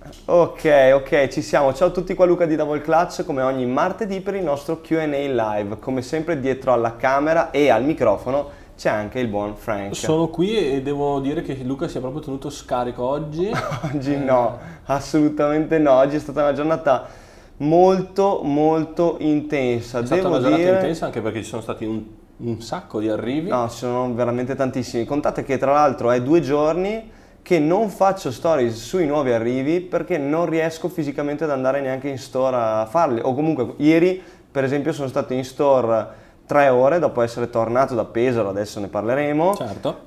Ok, ci siamo. Ciao a tutti, qua Luca di Double Clutch, come ogni martedì per il nostro Q&A live. Come sempre dietro alla camera e al microfono c'è anche il buon Frank. Sono qui e devo dire che Luca si è proprio tenuto scarico oggi. Oggi no, assolutamente no. Oggi è stata una giornata molto intensa. È stata una giornata intensa anche perché ci sono stati un sacco di arrivi. No, ci sono veramente tantissimi. Contate che tra l'altro è 2 giorni che non faccio stories sui nuovi arrivi perché non riesco fisicamente ad andare neanche in store a farli. O comunque ieri per esempio sono stato in store 3 ore dopo essere tornato da Pesaro, adesso ne parleremo. Certo.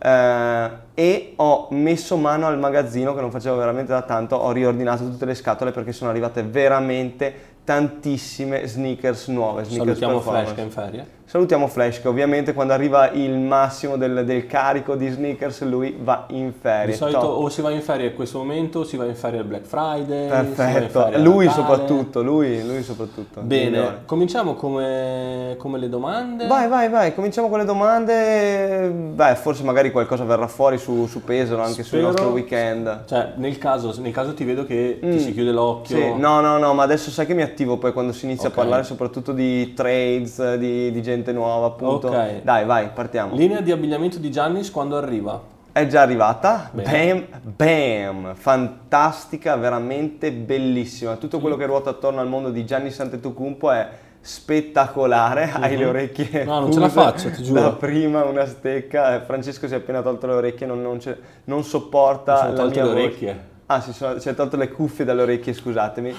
E ho messo mano al magazzino che non facevo veramente da tanto, ho riordinato tutte le scatole perché sono arrivate veramente tantissime sneakers nuove. Salutiamo Flash che è in ferie. Salutiamo Flash che ovviamente quando arriva il massimo del carico di sneakers lui va in ferie. Di solito o si va in ferie a questo momento o si va in ferie al Black Friday. Perfetto, lui soprattutto. Bene, migliore. Cominciamo come le domande. Vai, cominciamo con le domande. Beh, forse magari qualcosa verrà fuori su Pesaro anche sul nostro weekend. Cioè, nel caso ti vedo che ti si chiude l'occhio. Sì, no, ma adesso sai che mi attivo poi quando si inizia a parlare soprattutto di trades, di gente nuova, appunto. Ok. Dai, vai, partiamo. Linea di abbigliamento di Giannis quando arriva? È già arrivata, Bene. bam, fantastica, veramente bellissima. Tutto quello che ruota attorno al mondo di Giannis Antetokounmpo è spettacolare. Hai le orecchie No, non ce la faccio, ti giuro. da prima una stecca. Francesco si è appena tolto le orecchie, non sopporta sono la tolte mia le voce. orecchie. Ah, si è tolto le cuffie dalle orecchie, scusatemi,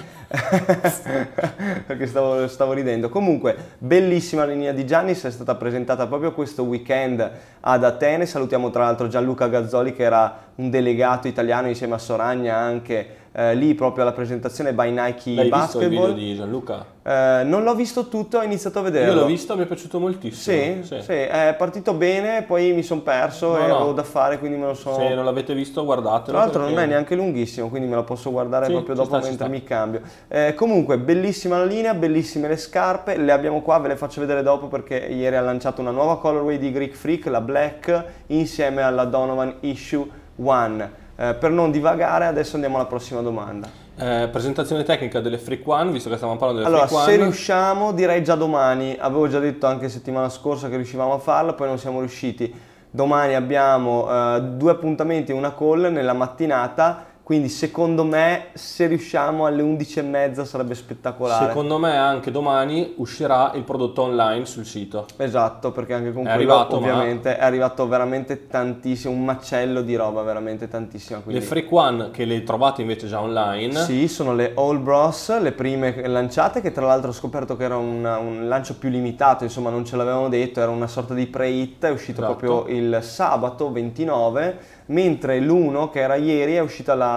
perché stavo ridendo. Comunque, bellissima linea di Giannis, è stata presentata proprio questo weekend ad Atene. Salutiamo tra l'altro Gianluca Gazzoli che era un delegato italiano insieme a Soragna anche lì proprio alla presentazione by Nike L'hai Basketball. visto il video di Gianluca? Non l'ho visto tutto, ho iniziato a vederlo. Io l'ho visto, mi è piaciuto moltissimo. Sì, è partito bene, poi mi sono perso e avevo da fare, quindi me lo sono... Se non l'avete visto, guardatelo. Tra l'altro non è neanche lunghissimo, quindi me la posso guardare proprio dopo mentre mi cambio. Comunque, bellissima la linea, bellissime le scarpe, le abbiamo qua, ve le faccio vedere dopo perché ieri ha lanciato una nuova colorway di Greek Freak, la Black, insieme alla Donovan Issue 1. Per non divagare, adesso andiamo alla prossima domanda. Presentazione tecnica delle Freak One, visto che stiamo parlando delle Allora, Freak One. se riusciamo, direi già domani. Avevo già detto anche settimana scorsa che riuscivamo a farla, poi non siamo riusciti. Domani abbiamo 2 appuntamenti e una call nella mattinata, quindi secondo me se riusciamo alle 11:30 sarebbe spettacolare. Secondo me anche domani uscirà il prodotto online sul sito. Esatto, perché anche con quello arrivato, ovviamente è arrivato veramente tantissimo, un macello di roba, veramente tantissima. Quindi... Le Freak One che le trovate invece già online. Sì, sono le All Bros, le prime lanciate, che tra l'altro ho scoperto che era un lancio più limitato, insomma non ce l'avevano detto, era una sorta di pre-hit, è uscito proprio il sabato 29, mentre l'1 che era ieri è uscita la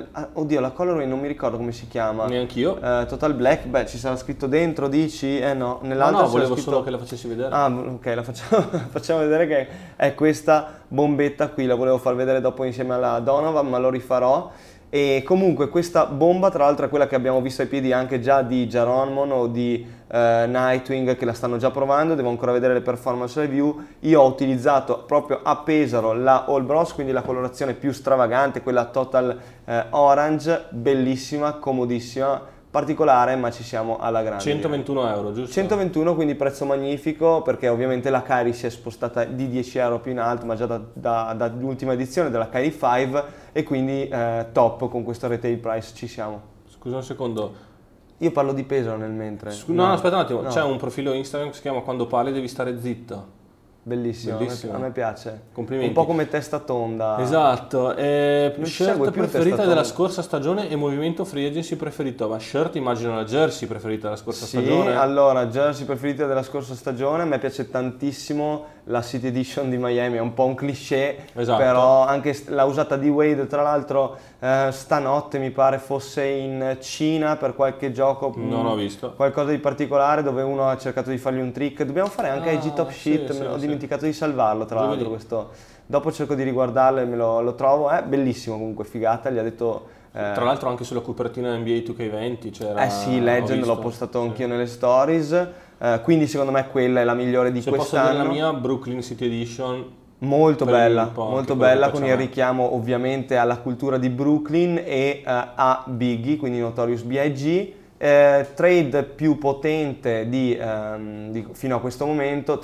la colorway non mi ricordo come si chiama. Neanch'io. Total Black, beh ci sarà scritto dentro, dici? No, nell'altro no, volevo scritto... solo che la facessi vedere. Ah, ok, la facciamo vedere che è questa bombetta qui, la volevo far vedere dopo insieme alla Donovan, ma lo rifarò. E comunque questa bomba tra l'altro è quella che abbiamo visto ai piedi anche già di Jaronmon o di Nightwing, che la stanno già provando, devo ancora vedere le performance review. Io ho utilizzato proprio a Pesaro la All Bros, quindi la colorazione più stravagante, quella Total Orange, bellissima, comodissima, particolare, ma ci siamo alla grande. 121 euro, giusto? 121, quindi prezzo magnifico, perché ovviamente la Kyrie si è spostata di 10 euro più in alto, ma già dall'ultima edizione della Kyrie 5, e quindi top, con questo retail price ci siamo. Scusa un secondo. Io parlo di Pesaro nel mentre. No, aspetta un attimo, no. C'è un profilo Instagram che si chiama Quando parli devi stare zitto. Bellissimo. A me piace. Complimenti. Un po' come testa tonda. Esatto. Shirt preferita della tonda. scorsa stagione e movimento free agency preferito. Ma shirt immagino la jersey preferita della scorsa stagione. Sì, allora, jersey preferita della scorsa stagione, a me piace tantissimo la City Edition di Miami, è un po' un cliché, esatto. Però anche l'ha usata di Wade, tra l'altro stanotte mi pare fosse in Cina per qualche gioco. Non ho visto. Qualcosa di particolare dove uno ha cercato di fargli un trick. Dobbiamo fare anche IG Top Sheet, ho dimenticato di salvarlo tra l'altro questo. Dopo cerco di riguardarlo e lo trovo, è bellissimo comunque, figata, gli ha detto... Tra l'altro anche sulla copertina NBA 2K20 c'era... sì, Legend l'ho postato anch'io nelle stories, quindi secondo me quella è la migliore di quest'anno. Se posso dire la mia, Brooklyn City Edition, Molto per bella, un po' anche molto quello che bella, con il faceva. richiamo ovviamente alla cultura di Brooklyn e a Biggie, quindi Notorious B.I.G. Trade più potente fino a questo momento,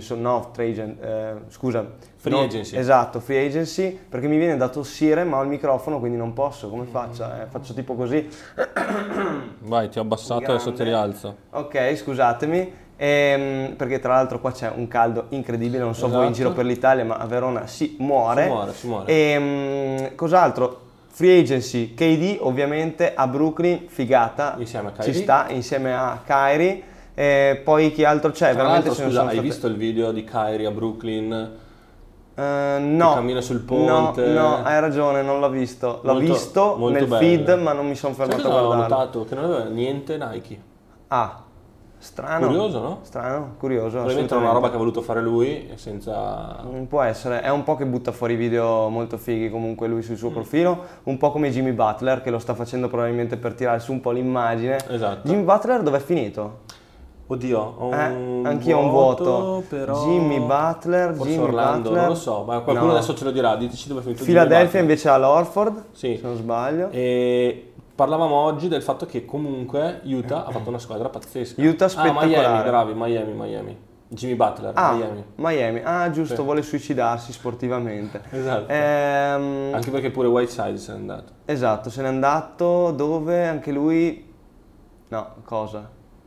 Free agency. Esatto, free agency, perché mi viene da tossire ma ho il microfono quindi non posso, come faccio? Faccio tipo così. Vai, ti ho abbassato, adesso ti Grande. rialzo. Ok, scusatemi. Perché tra l'altro qua c'è un caldo incredibile, non so voi in Esatto. giro per l'Italia, ma a Verona si muore. Si muore. Cos'altro? Free agency, KD ovviamente a Brooklyn, figata, Insieme a Kyrie. ci sta, insieme a Kyrie. Poi chi altro c'è? Tra l'altro, ce ne scusa, sono hai state- visto il video di Kyrie a Brooklyn? No, cammina sul ponte? no, hai ragione, non l'ho visto. L'ho Molto- visto molto nel bello. feed, ma non mi sono Sai fermato a cosa ho guardarlo. notato? Che non aveva niente Nike. Ah, strano. Curioso, no? Strano, curioso. Probabilmente era una assolutamente. roba che ha voluto fare lui e senza... Può essere, è un po' che butta fuori video molto fighi comunque lui sul suo profilo, un po' come Jimmy Butler che lo sta facendo probabilmente per tirare su un po' l'immagine. Esatto. Jimmy Butler dov'è finito? Oddio, ho un Anch'io ho un vuoto. però... Jimmy Butler, Forse Jimmy Orlando, Butler. non lo so, ma qualcuno No. adesso ce lo dirà, diteci dove è finito Philadelphia Jimmy Butler. invece ha l'Orford, Sì. se non sbaglio. E parlavamo oggi del fatto che comunque Utah ha fatto una squadra pazzesca. Utah spettacolare. Miami, bravi, Miami. Jimmy Butler, Miami. Ah, giusto, Sì. vuole suicidarsi sportivamente. Esatto. Anche Anche perché pure Whiteside se n'è andato. Esatto, se n'è andato dove anche lui... No, cosa?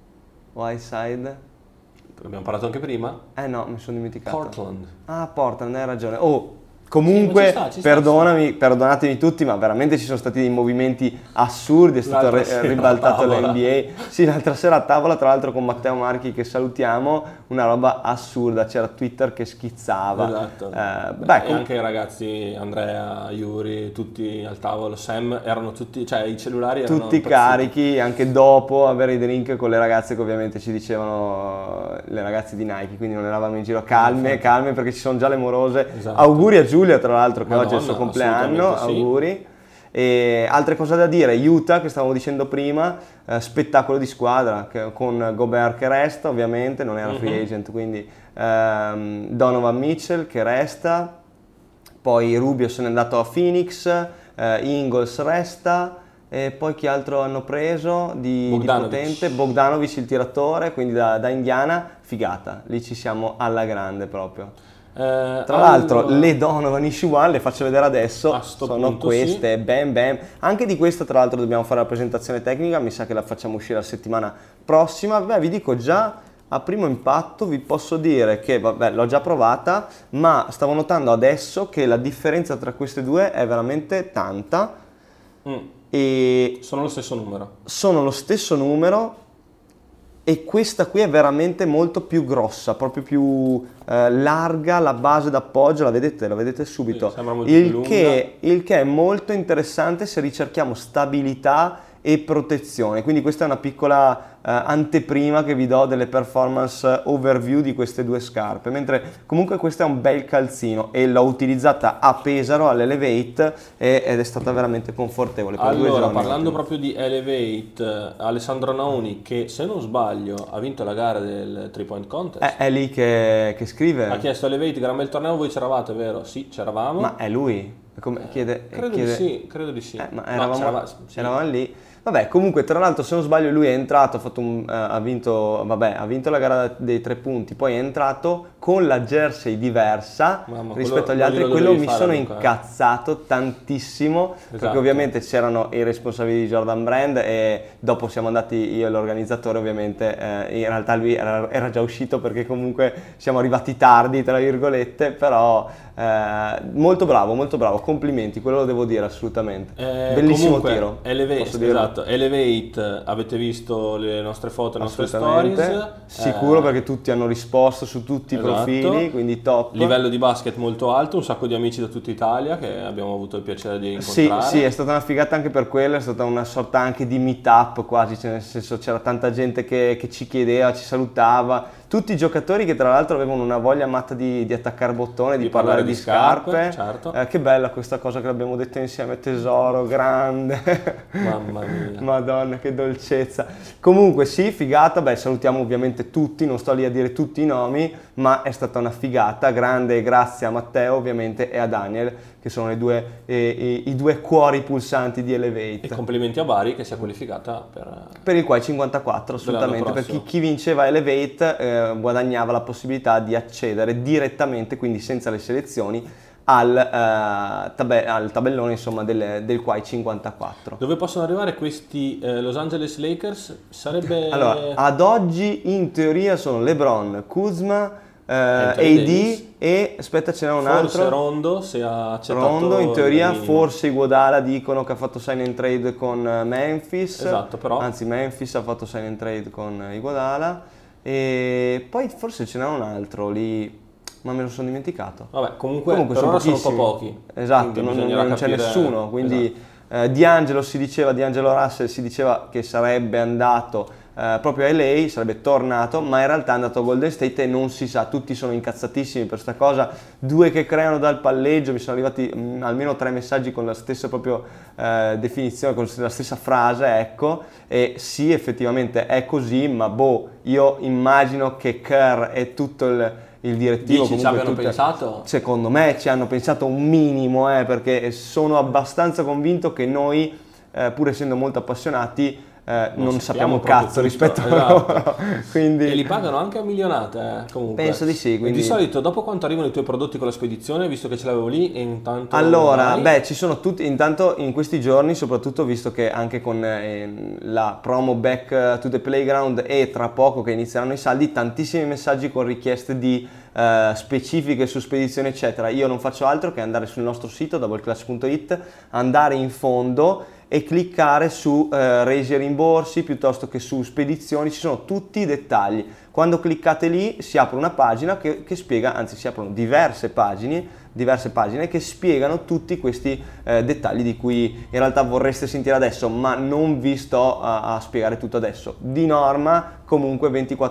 Whiteside? Abbiamo parlato anche prima. No, mi sono dimenticato. Portland. Ah, Portland, hai ragione. Oh, comunque, Sì, ma ci sta. perdonatemi tutti, ma veramente ci sono stati dei movimenti assurdi, è stato L'altra sera ribaltato a tavola. l'NBA. Sì, l'altra sera a tavola, tra l'altro con Matteo Marchi che salutiamo, una roba assurda, c'era Twitter che schizzava. Esatto. Beh, E anche i ragazzi, Andrea, Yuri, tutti al tavolo, Sam, erano tutti, cioè i cellulari erano tutti impazziti. carichi, anche dopo avere i drink con le ragazze che ovviamente ci dicevano, le ragazze di Nike, quindi non eravamo in giro calme perché ci sono già le morose. Esatto. Auguri a Giulia tra l'altro che oggi è il suo Madonna, compleanno, assolutamente sì. auguri. E altre cose da dire, Utah che stavamo dicendo prima, spettacolo di squadra con Gobert che resta ovviamente, non era free agent, quindi Donovan Mitchell che resta, poi Rubio se n'è andato a Phoenix, Ingles resta, e poi chi altro hanno preso di potente? Bogdanovic il tiratore, quindi da Indiana, figata, lì ci siamo alla grande proprio. Tra l'altro le Donovan Issue One le faccio vedere adesso, sono punto, queste, sì. bam bam. Anche di questa tra l'altro dobbiamo fare la presentazione tecnica, mi sa che la facciamo uscire la settimana prossima. Beh, vi dico già a primo impatto, vi posso dire che vabbè, l'ho già provata, ma stavo notando adesso che la differenza tra queste due è veramente tanta. E sono lo stesso numero. Sono lo stesso numero. E questa qui è veramente molto più grossa, proprio più larga, la base d'appoggio, la vedete subito. Sì, sembra molto più lunga. Il che è molto interessante se ricerchiamo stabilità e protezione. Quindi questa è una piccola anteprima che vi do delle performance overview di queste due scarpe, mentre comunque questo è un bel calzino e l'ho utilizzata a Pesaro all'Elevate ed è stata veramente confortevole. Per 2 Allora, giorni. parlando proprio di Elevate, Alessandro Nauni, che se non sbaglio ha vinto la gara del 3-point contest, È lì che scrive. ha chiesto a Elevate, gran bel torneo, voi c'eravate, vero? Sì, c'eravamo. Ma è lui? Chiede. Credo di sì. Ma sì. eravamo lì. Vabbè, comunque, tra l'altro, se non sbaglio, lui è entrato, ha vinto la gara dei 3 punti, poi è entrato con la jersey diversa rispetto agli altri. Quello mi sono incazzato tantissimo, perché ovviamente c'erano i responsabili di Jordan Brand e dopo siamo andati io e l'organizzatore, ovviamente, in realtà lui era già uscito perché comunque siamo arrivati tardi, tra virgolette, però molto bravo, complimenti, quello lo devo dire assolutamente. Bellissimo comunque, tiro. Esatto. Elevate, avete visto le nostre foto, le nostre stories. Sicuro perché tutti hanno risposto su tutti i profili, quindi top. Livello di basket molto alto, un sacco di amici da tutta Italia che abbiamo avuto il piacere di incontrare. Sì, è stata una figata anche per quello, è stata una sorta anche di meet-up quasi, cioè nel senso c'era tanta gente che ci chiedeva, ci salutava. Tutti i giocatori che tra l'altro avevano una voglia matta di attaccare bottone, di parlare di scarpe. Certo. Che bella questa cosa che l'abbiamo detta insieme, tesoro, grande. Mamma mia. Madonna, che dolcezza. Comunque sì, figata, beh, salutiamo ovviamente tutti, non sto lì a dire tutti i nomi, ma è stata una figata, grande grazie a Matteo ovviamente e a Daniel, che sono i due cuori pulsanti di Elevate. E complimenti a Bari che si è qualificata Per il Quai 54, assolutamente, per chi vinceva Elevate guadagnava la possibilità di accedere direttamente, quindi senza le selezioni, al tabellone insomma del Quai 54. Dove possono arrivare questi Los Angeles Lakers? Sarebbe... Allora, ad oggi in teoria sono LeBron, Kuzma, AD Davis. e aspetta, ce n'è un altro. Forse Rondo, se ha accettato Rondo, in teoria, il minimo. forse Iguodala dicono che ha fatto sign and trade con Memphis. Esatto, però. Anzi, Memphis ha fatto sign and trade con Iguodala. E poi forse ce n'è un altro lì, ma me lo sono dimenticato. Vabbè, comunque per sono ora sono un pochissimi. po' pochi. Esatto, Quindi non bisognerà c'è capire- nessuno. Quindi Esatto. D'Angelo Russell si diceva che sarebbe andato proprio a LA, sarebbe tornato, ma in realtà è andato a Golden State e non si sa, tutti sono incazzatissimi per sta cosa, due che creano dal palleggio, mi sono arrivati almeno 3 messaggi con la stessa proprio definizione, con la stessa frase, ecco, e sì, effettivamente è così, ma io immagino che Kerr e tutto il direttivo Dici, ci comunque abbiano pensato? secondo me ci hanno pensato un minimo, perché sono abbastanza convinto che noi, pur essendo molto appassionati, non sappiamo un proprio cazzo tutto, rispetto a esatto. loro. Quindi E li pagano anche a milionate, comunque. penso di sì. E Quindi... di solito, dopo quanto arrivano i tuoi prodotti con la spedizione, visto che ce l'avevo lì e intanto... Allora, vai? ci sono tutti, intanto in questi giorni, soprattutto visto che anche con la promo Back to the Playground e tra poco che inizieranno i saldi, tantissimi messaggi con richieste di specifiche su spedizione eccetera. Io non faccio altro che andare sul nostro sito doubleclass.it, andare in fondo e cliccare su resi e rimborsi piuttosto che su spedizioni, ci sono tutti i dettagli. Quando cliccate lì si apre una pagina che spiega, anzi si aprono diverse pagine che spiegano tutti questi dettagli di cui in realtà vorreste sentire adesso, ma non vi sto a spiegare tutto adesso. Di norma comunque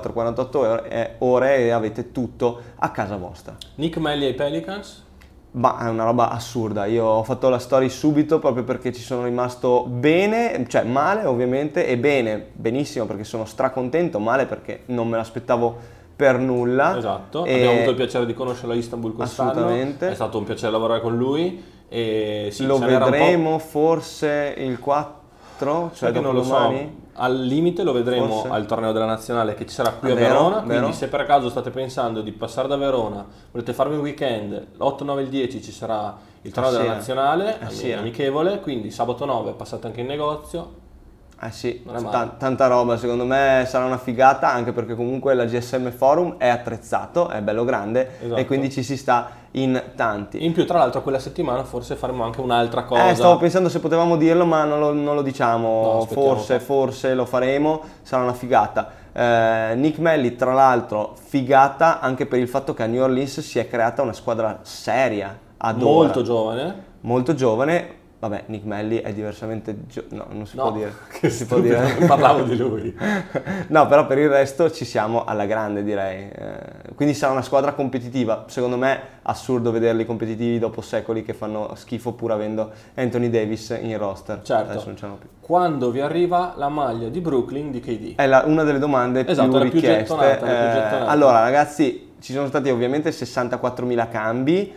24-48 ore e avete tutto a casa vostra. Nick Melli ai Pelicans? Ma è una roba assurda, io ho fatto la story subito proprio perché ci sono rimasto bene, cioè male ovviamente, e benissimo perché sono stracontento, male perché non me l'aspettavo per nulla. Esatto, E abbiamo avuto il piacere di conoscerlo a Istanbul quest'anno, assolutamente. è stato un piacere lavorare con lui e sì, lo se n'era un po'... vedremo forse il 4, cioè Sai che non lo dopodomani? so, al limite lo vedremo Forse. al torneo della nazionale che ci sarà qui a Vero, Verona, vero. quindi se per caso state pensando di passare da Verona, volete farvi un weekend, l'8, 9 e il 10 ci sarà il torneo sì, della nazionale, sì. amichevole, quindi sabato 9 passate anche in negozio. Sì, Non è male. tanta roba, secondo me sarà una figata anche perché comunque la GSM Forum è attrezzato, è bello grande Esatto. e quindi ci si sta in tanti. In più tra l'altro quella settimana forse faremo anche un'altra cosa. Stavo pensando se potevamo dirlo, ma non lo No, diciamo, aspettiamo un po'. forse lo faremo, sarà una figata. Nick Melli, tra l'altro, figata anche per il fatto che a New Orleans si è creata una squadra seria, ad ora. Molto giovane. Vabbè, Nick Melli è diversamente no, non si No, può dire. che Non si può stupido, dire. parlavo di lui. No, però per il resto ci siamo alla grande, direi. Quindi sarà una squadra competitiva. Secondo me assurdo vederli competitivi dopo secoli che fanno schifo pur avendo Anthony Davis in roster. Certo. Adesso non ce n'hanno più. Quando vi arriva la maglia di Brooklyn di KD? È una delle domande Esatto, più la più richieste. gettonata, la più gettonata. Allora, ragazzi, ci sono stati ovviamente 64.000 cambi.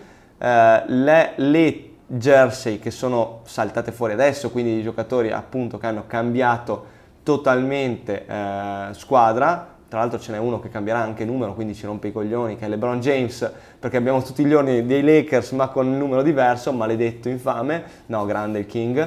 Le jersey che sono saltate fuori adesso, quindi i giocatori appunto che hanno cambiato totalmente squadra. Tra l'altro ce n'è uno che cambierà anche numero, quindi ci rompe i coglioni, che è LeBron James, perché abbiamo tutti gli ordini dei Lakers ma con un numero diverso, maledetto, infame. No, grande il King.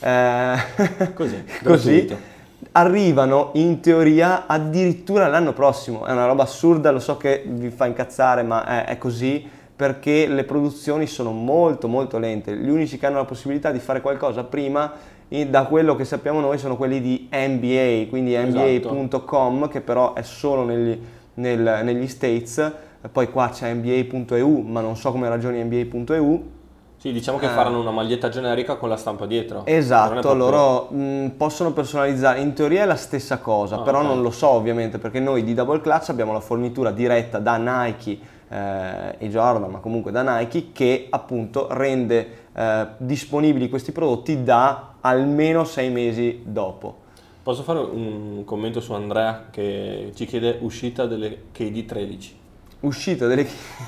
Così, Così. gratuito. Arrivano in teoria addirittura l'anno prossimo. È una roba assurda, lo so che vi fa incazzare, ma è così, perché le produzioni sono molto molto lente. Gli unici che hanno la possibilità di fare qualcosa prima, da quello che sappiamo noi, sono quelli di NBA, quindi NBA.com, che però è solo negli States. Poi qua c'è NBA.eu, ma non so come ragioni NBA.eu. Sì, diciamo che faranno una maglietta generica con la stampa dietro. Esatto, Non è proprio- loro possono personalizzare, in teoria è la stessa cosa, però ok. non lo so ovviamente, perché noi di Double Clutch abbiamo la fornitura diretta da Nike e Jordan, ma comunque da Nike, che appunto rende disponibili questi prodotti da almeno 6 mesi dopo. Posso fare un commento su Andrea che ci chiede uscita delle KD 13? Uscita delle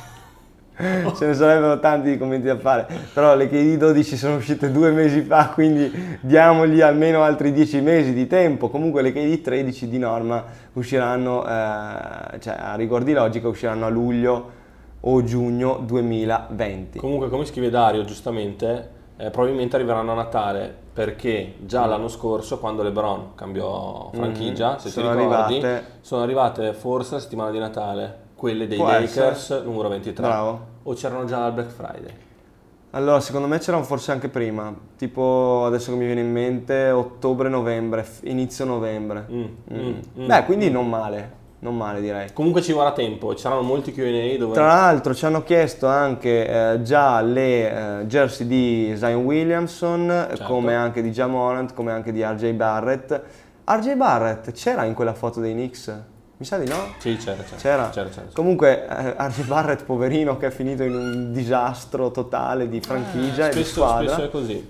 ce ne sarebbero tanti di commenti da fare, però le KD 12 sono uscite 2 mesi fa, quindi diamogli almeno altri 10 mesi di tempo. Comunque le KD 13 di norma usciranno, cioè a rigor di logica usciranno a luglio o giugno 2020. Comunque, come scrive Dario giustamente, probabilmente arriveranno a Natale, perché già l'anno scorso, quando LeBron cambiò franchigia, se ti ricordi, sono arrivate forse la settimana di Natale, quelle dei Lakers numero 23. Bravo. O c'erano già al Black Friday? Allora, secondo me c'erano forse anche prima, tipo adesso che mi viene in mente ottobre-novembre, inizio novembre. Beh, quindi non male direi. Comunque ci vorrà tempo, c'erano molti Q&A dove... Tra l'altro ci hanno chiesto anche già le jersey di Zion Williamson, certo, come anche di Ja Morant, come anche di RJ Barrett. RJ Barrett c'era in quella foto dei Knicks? Mi sa di no? Sì, c'era. Comunque RJ Barrett, poverino, che è finito in un disastro totale di franchigia e di squadra. Spesso è così.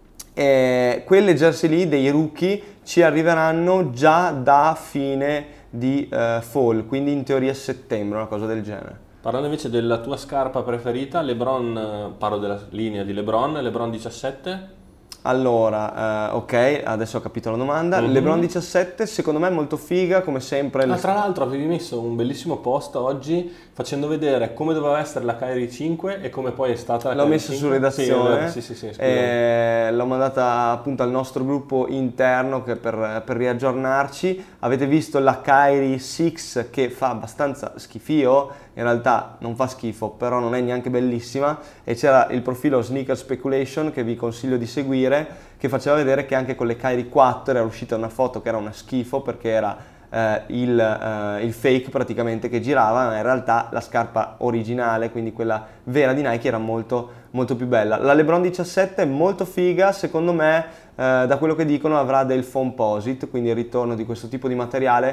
Quelle jersey lì dei rookie ci arriveranno già da fine di fall, quindi in teoria settembre, una cosa del genere. Parlando invece della tua scarpa preferita, LeBron, parlo della linea di LeBron 17? Allora, ok, adesso ho capito la domanda. LeBron 17 secondo me è molto figa, come sempre. Tra l'altro avevi messo un bellissimo post oggi facendo vedere come doveva essere la Kyrie 5 e come poi è stata la Kyrie 5. L'ho messa su redazione, sì, l'ho mandata appunto al nostro gruppo interno per riaggiornarci. Avete visto la Kyrie 6 che fa abbastanza schifio, in realtà non fa schifo, però non è neanche bellissima, e c'era il profilo Sneaker Speculation che vi consiglio di seguire, che faceva vedere che anche con le Kyrie 4 era uscita una foto che era una schifo perché era il fake praticamente che girava, ma in realtà la scarpa originale, quindi quella vera di Nike, era molto molto più bella. La LeBron 17 è molto figa, secondo me da quello che dicono avrà del foamposite, quindi il ritorno di questo tipo di materiale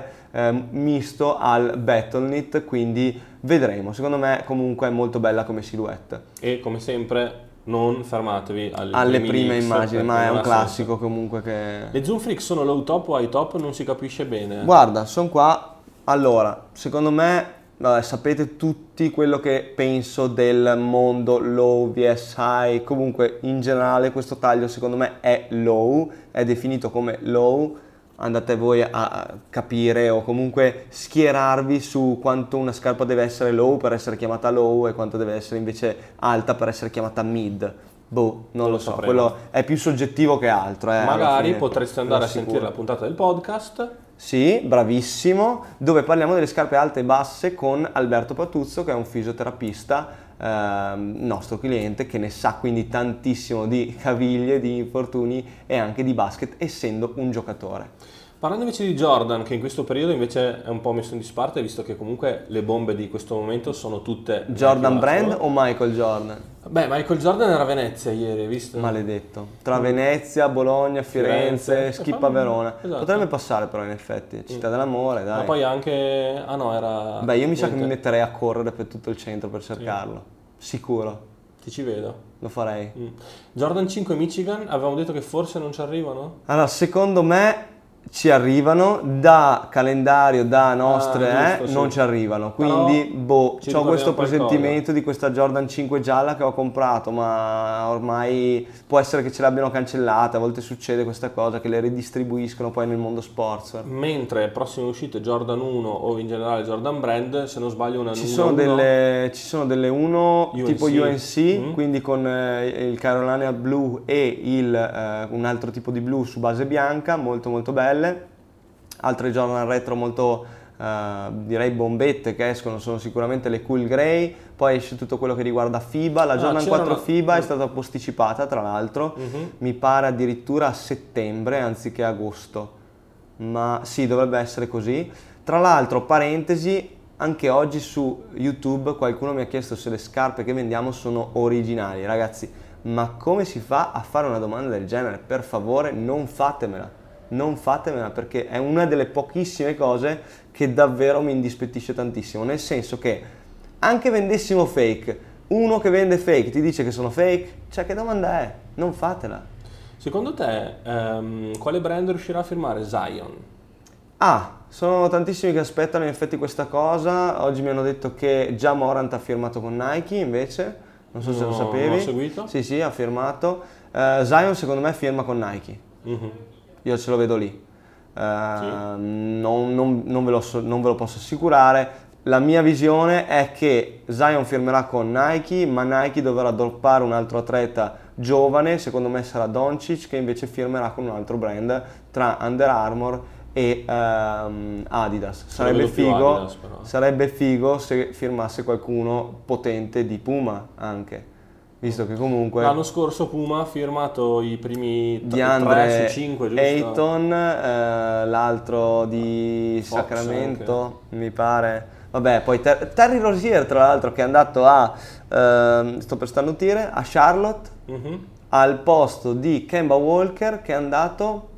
misto al battle knit, quindi vedremo. Secondo me comunque è molto bella come silhouette. E come sempre non fermatevi alle prime immagini, ma è un classico senso. Comunque che... Le Zoom Freak sono low top o high top? Non si capisce bene. Guarda, sono qua. Allora, secondo me, sapete tutti quello che penso del mondo low vs high. Comunque, in generale, questo taglio secondo me è low, è definito come low. Andate voi a capire o comunque schierarvi su quanto una scarpa deve essere low per essere chiamata low e quanto deve essere invece alta per essere chiamata mid. Boh, non lo so, quello è più soggettivo che altro. Magari potreste andare a sentire la puntata del podcast. Sì, bravissimo, dove parliamo delle scarpe alte e basse con Alberto Patuzzo, che è un fisioterapista, nostro cliente, che ne sa quindi tantissimo di caviglie, di infortuni e anche di basket, essendo un giocatore. Parlando invece di Jordan, che in questo periodo invece è un po' messo in disparte, visto che comunque le bombe di questo momento sono tutte... Jordan Brand o Michael Jordan? Beh, Michael Jordan era a Venezia ieri, hai visto? Maledetto. Tra Venezia, Bologna, Firenze, schippa Verona. Esatto. Potrebbe passare però in effetti, città dell'amore, dai. Ma poi anche... Ah no, era... Beh, io mi sa che mi metterei a correre per tutto il centro per cercarlo. Sì. Sicuro. Ti ci vedo. Lo farei. Jordan 5 Michigan, avevamo detto che forse non ci arrivano? Allora, secondo me... ci arrivano, da calendario, da nostre, giusto, non sì. ci arrivano, quindi ho questo presentimento qualcosa di questa Jordan 5 gialla che ho comprato, ma ormai può essere che ce l'abbiano cancellata, a volte succede questa cosa, che le ridistribuiscono poi nel mondo sports. Mentre prossime uscite Jordan 1 o in generale Jordan Brand, se non sbaglio una ci sono delle 1 UNC. Tipo UNC, quindi con il Carolina blu e un altro tipo di blu su base bianca, molto molto belle. Altre Jordan retro molto direi bombette che escono sono sicuramente le Cool Grey, poi esce tutto quello che riguarda FIBA, la Jordan 4 FIBA è stata posticipata tra l'altro, mi pare addirittura a settembre anziché agosto, ma sì, dovrebbe essere così. Tra l'altro, parentesi, anche oggi su YouTube qualcuno mi ha chiesto se le scarpe che vendiamo sono originali. Ragazzi, ma come si fa a fare una domanda del genere? Per favore, non fatemela, perché è una delle pochissime cose che davvero mi indispettisce tantissimo, nel senso che anche vendessimo fake, uno che vende fake ti dice che sono fake, cioè che domanda è? Non fatela. Secondo te quale brand riuscirà a firmare Zion? Sono tantissimi che aspettano in effetti questa cosa. Oggi mi hanno detto che già Morant ha firmato con Nike invece, non so se lo sapevi. Non ho seguito. Sì, ha firmato. Zion secondo me firma con Nike, io ce lo vedo lì. Non ve lo posso assicurare. La mia visione è che Zion firmerà con Nike, ma Nike dovrà droppare un altro atleta giovane, secondo me sarà Doncic, che invece firmerà con un altro brand tra Under Armour e Adidas. Sarebbe figo se firmasse qualcuno potente di Puma anche, visto che comunque l'anno scorso Puma ha firmato i primi DeAndre 3 su 5, giusto? Ayton, l'altro di Fox Sacramento anche. mi pare. Vabbè, poi Terry Rozier tra l'altro, che è andato sto per starnutire, a Charlotte, al posto di Kemba Walker, che è andato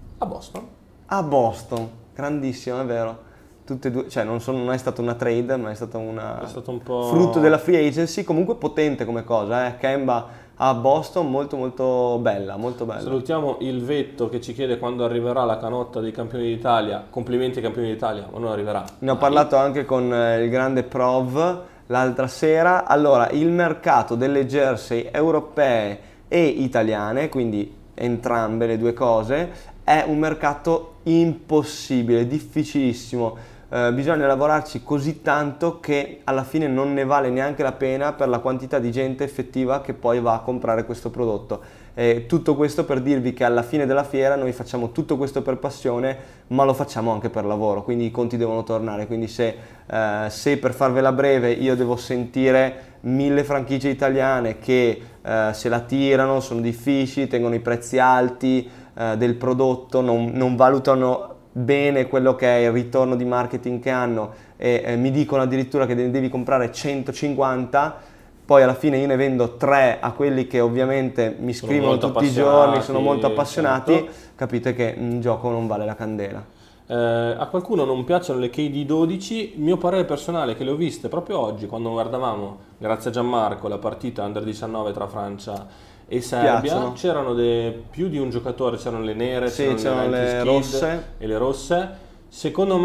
a Boston. Grandissimo, è vero. Tutte e due, cioè non è stata una trade, ma è stata un po' frutto della free agency, comunque potente come cosa, Kemba a Boston, molto molto bella, molto bella. Salutiamo il Vetto che ci chiede quando arriverà la canotta dei campioni d'Italia. Complimenti ai campioni d'Italia, ma non arriverà. Ne ho parlato anche con il grande Prov l'altra sera. Allora, il mercato delle jersey europee e italiane, quindi entrambe le due cose, è un mercato impossibile, difficilissimo. Bisogna lavorarci così tanto che alla fine non ne vale neanche la pena per la quantità di gente effettiva che poi va a comprare questo prodotto. Tutto questo per dirvi che alla fine della fiera noi facciamo tutto questo per passione, ma lo facciamo anche per lavoro, quindi i conti devono tornare. Quindi se per farvela breve io devo sentire 1000 franchigie italiane che se la tirano, sono difficili, tengono i prezzi alti del prodotto, non valutano bene quello che è il ritorno di marketing che hanno e mi dicono addirittura che ne devi comprare 150, poi alla fine io ne vendo 3 a quelli che ovviamente mi scrivono tutti i giorni, sono molto appassionati, certo. Capite che un gioco non vale la candela. A qualcuno non piacciono le KD 12, il mio parere personale è che le ho viste proprio oggi quando guardavamo, grazie a Gianmarco, la partita Under 19 tra Francia e Serbia. Piacciono. C'erano più di un giocatore, c'erano le nere, c'erano le rosse e le rosse. Secondo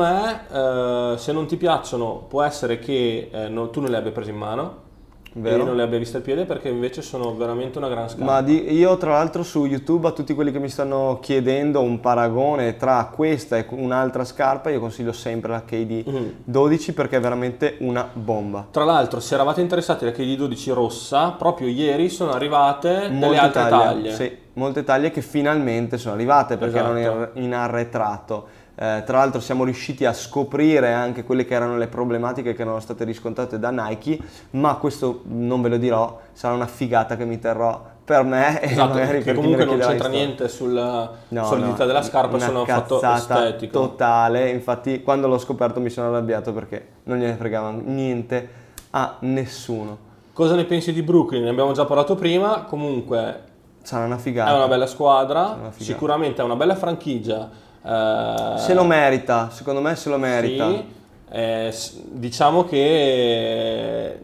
me se non ti piacciono può essere che tu non le abbia prese in mano. Vero. E non le abbia viste al piede, perché invece sono veramente una gran scarpa. Ma io tra l'altro su YouTube, a tutti quelli che mi stanno chiedendo un paragone tra questa e un'altra scarpa, io consiglio sempre la KD 12 perché è veramente una bomba. Tra l'altro, se eravate interessati alla KD 12 rossa, proprio ieri sono arrivate delle altre taglie. Sì, molte taglie che finalmente sono arrivate perché erano in arretrato. Tra l'altro siamo riusciti a scoprire anche quelle che erano le problematiche che erano state riscontrate da Nike, ma questo non ve lo dirò, sarà una figata che mi terrò per me. Esatto, che comunque non c'entra niente sulla solidità della scarpa, sono un fatto estetico. Totale, infatti quando l'ho scoperto mi sono arrabbiato perché non gliene fregava niente a nessuno. Cosa ne pensi di Brooklyn? Ne abbiamo già parlato prima, comunque sarà una figata. È una bella squadra, sicuramente è una bella franchigia. Se lo merita, secondo me se lo merita. Sì, diciamo che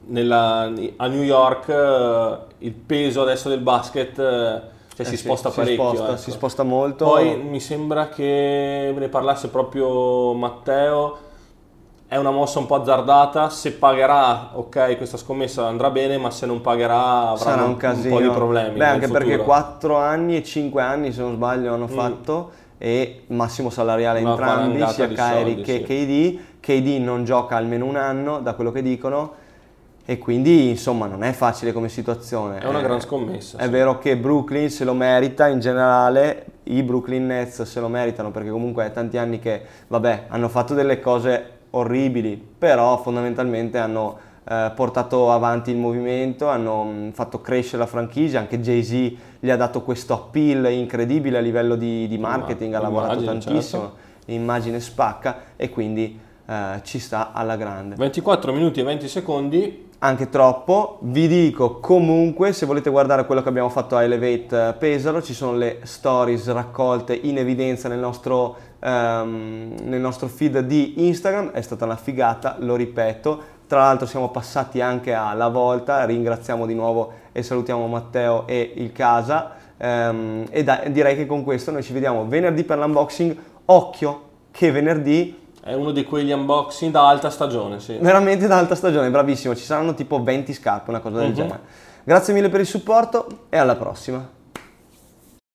a New York il peso adesso del basket si sposta parecchio. Si sposta molto. Poi mi sembra che ne parlasse proprio Matteo. È una mossa un po' azzardata, se pagherà, ok, questa scommessa andrà bene, ma se non pagherà avrà un po' di problemi. Anche perché 4 anni e 5 anni, se non sbaglio, hanno fatto. E massimo salariale entrambi, sia Kyrie che KD. KD non gioca almeno un anno, da quello che dicono, e quindi insomma non è facile come situazione. È una gran scommessa. È vero che Brooklyn se lo merita, in generale i Brooklyn Nets se lo meritano, perché comunque è tanti anni che hanno fatto delle cose orribili, però fondamentalmente hanno portato avanti il movimento, hanno fatto crescere la franchigia, anche Jay-Z gli ha dato questo appeal incredibile a livello di marketing, ha lavorato tantissimo, certo. L'immagine spacca e quindi ci sta alla grande. 24 minuti e 20 secondi. Anche troppo. Vi dico comunque, se volete guardare quello che abbiamo fatto a Elevate Pesaro, ci sono le stories raccolte in evidenza nel nostro feed di Instagram, è stata una figata, lo ripeto. Tra l'altro siamo passati anche alla volta, ringraziamo di nuovo e salutiamo Matteo e il Casa, direi che con questo noi ci vediamo venerdì per l'unboxing. Occhio che venerdì è uno di quegli unboxing da alta stagione, sì. Veramente da alta stagione, bravissimo, ci saranno tipo 20 scarpe, una cosa del genere. Grazie mille per il supporto e alla prossima.